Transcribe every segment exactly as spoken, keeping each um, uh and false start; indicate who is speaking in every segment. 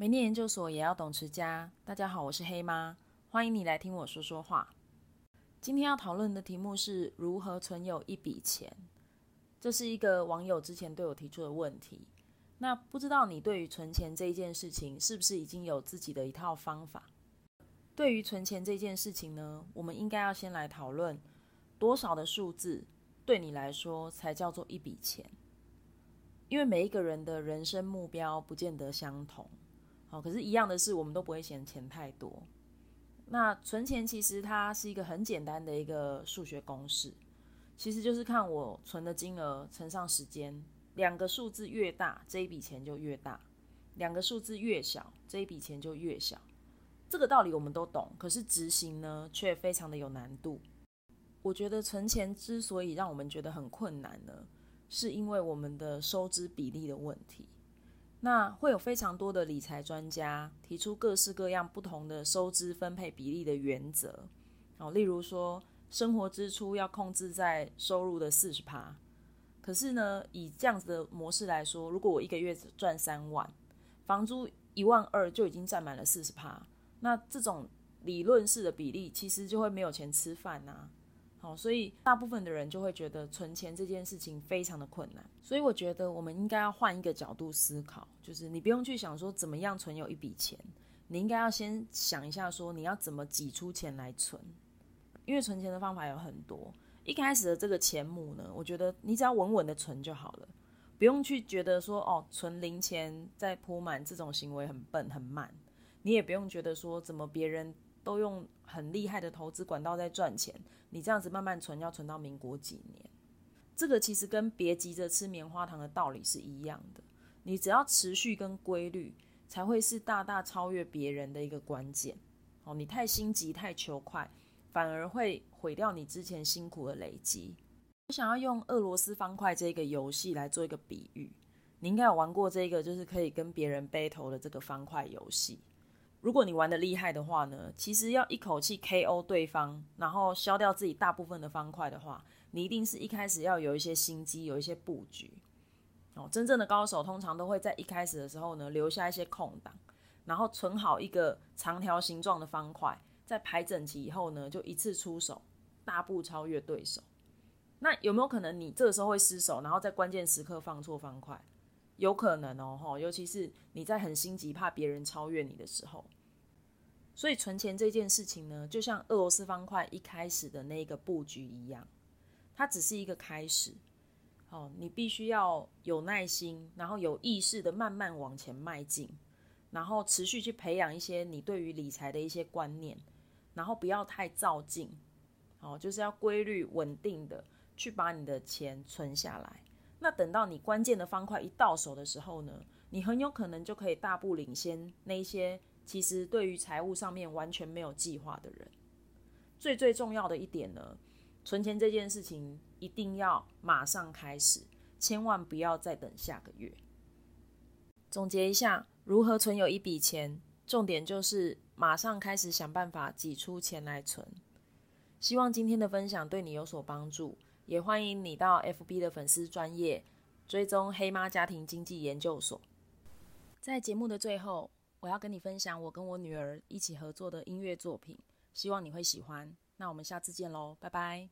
Speaker 1: 没念研究所也要懂持家。大家好，我是黑妈，欢迎你来听我说说话。今天要讨论的题目是如何存有一笔钱。这是一个网友之前对我提出的问题。那不知道你对于存钱这一件事情是不是已经有自己的一套方法？对于存钱这件事情呢，我们应该要先来讨论多少的数字对你来说才叫做一笔钱。因为每一个人的人生目标不见得相同，好，可是一样的是我们都不会嫌钱太多。那存钱其实它是一个很简单的一个数学公式，其实就是看我存的金额乘上时间，两个数字越大，这一笔钱就越大；两个数字越小，这一笔钱就越小。这个道理我们都懂，可是执行呢却非常的有难度。我觉得存钱之所以让我们觉得很困难呢，是因为我们的收支比例的问题。那会有非常多的理财专家提出各式各样不同的收支分配比例的原则，哦，例如说生活支出要控制在收入的 百分之四十， 可是呢以这样子的模式来说，如果我一个月赚三万，房租一万二就已经占满了 百分之四十， 那这种理论式的比例其实就会没有钱吃饭啊。好，所以大部分的人就会觉得存钱这件事情非常的困难。所以我觉得我们应该要换一个角度思考，就是你不用去想说怎么样存有一笔钱，你应该要先想一下说你要怎么挤出钱来存。因为存钱的方法有很多，一开始的这个钱母呢，我觉得你只要稳稳的存就好了，不用去觉得说哦存零钱再铺满这种行为很笨很慢，你也不用觉得说怎么别人都用很厉害的投资管道在赚钱，你这样子慢慢存要存到民国几年。这个其实跟别急着吃棉花糖的道理是一样的，你只要持续跟规律才会是大大超越别人的一个关键。哦，你太心急太求快，反而会毁掉你之前辛苦的累积。我想要用俄罗斯方块这个游戏来做一个比喻，你应该有玩过这个就是可以跟别人 battle 的这个方块游戏。如果你玩得厉害的话呢，其实要一口气 K O 对方，然后消掉自己大部分的方块的话，你一定是一开始要有一些心机，有一些布局。哦，真正的高手通常都会在一开始的时候呢，留下一些空档，然后存好一个长条形状的方块，在排整齐以后呢，就一次出手，大步超越对手。那有没有可能你这个时候会失手，然后在关键时刻放错方块？有可能哦，尤其是你在很心急怕别人超越你的时候。所以存钱这件事情呢，就像俄罗斯方块一开始的那个布局一样，它只是一个开始。哦，你必须要有耐心，然后有意识的慢慢往前迈进，然后持续去培养一些你对于理财的一些观念，然后不要太躁进。哦，就是要规律稳定的去把你的钱存下来。那等到你关键的方块一到手的时候呢，你很有可能就可以大步领先那一些其实对于财务上面完全没有计划的人。最最重要的一点呢，存钱这件事情一定要马上开始，千万不要再等下个月。总结一下，如何存有一笔钱，重点就是马上开始想办法挤出钱来存。希望今天的分享对你有所帮助，也欢迎你到 F B 的粉丝专页追踪黑妈家庭经济研究所。在节目的最后，我要跟你分享我跟我女儿一起合作的音乐作品，希望你会喜欢。那我们下次见咯，拜拜。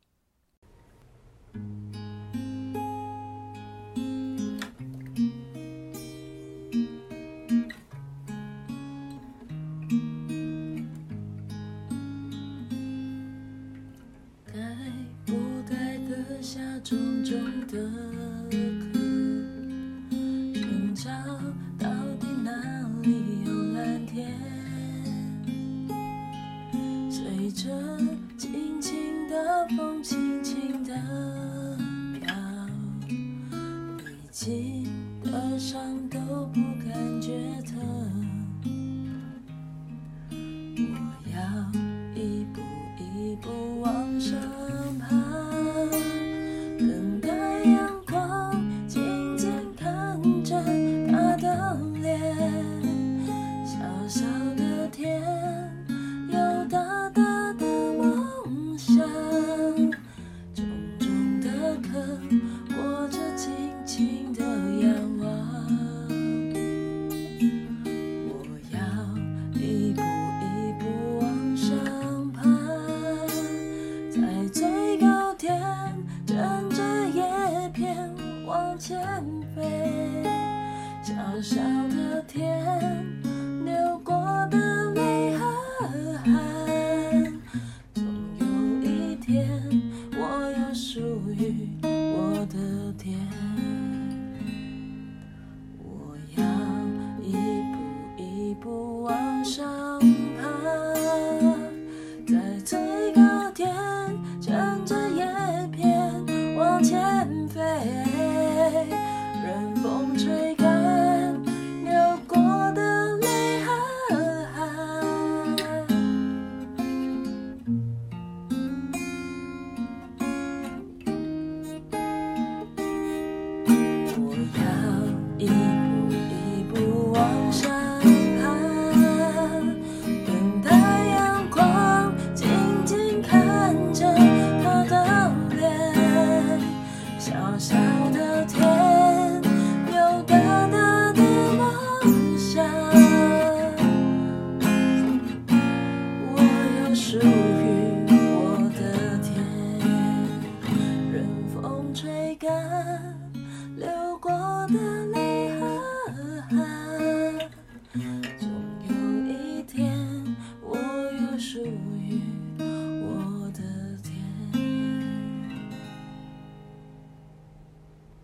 Speaker 2: 下重重的壳，寻找到底哪里有蓝天，随着轻轻的风，轻轻的小小的天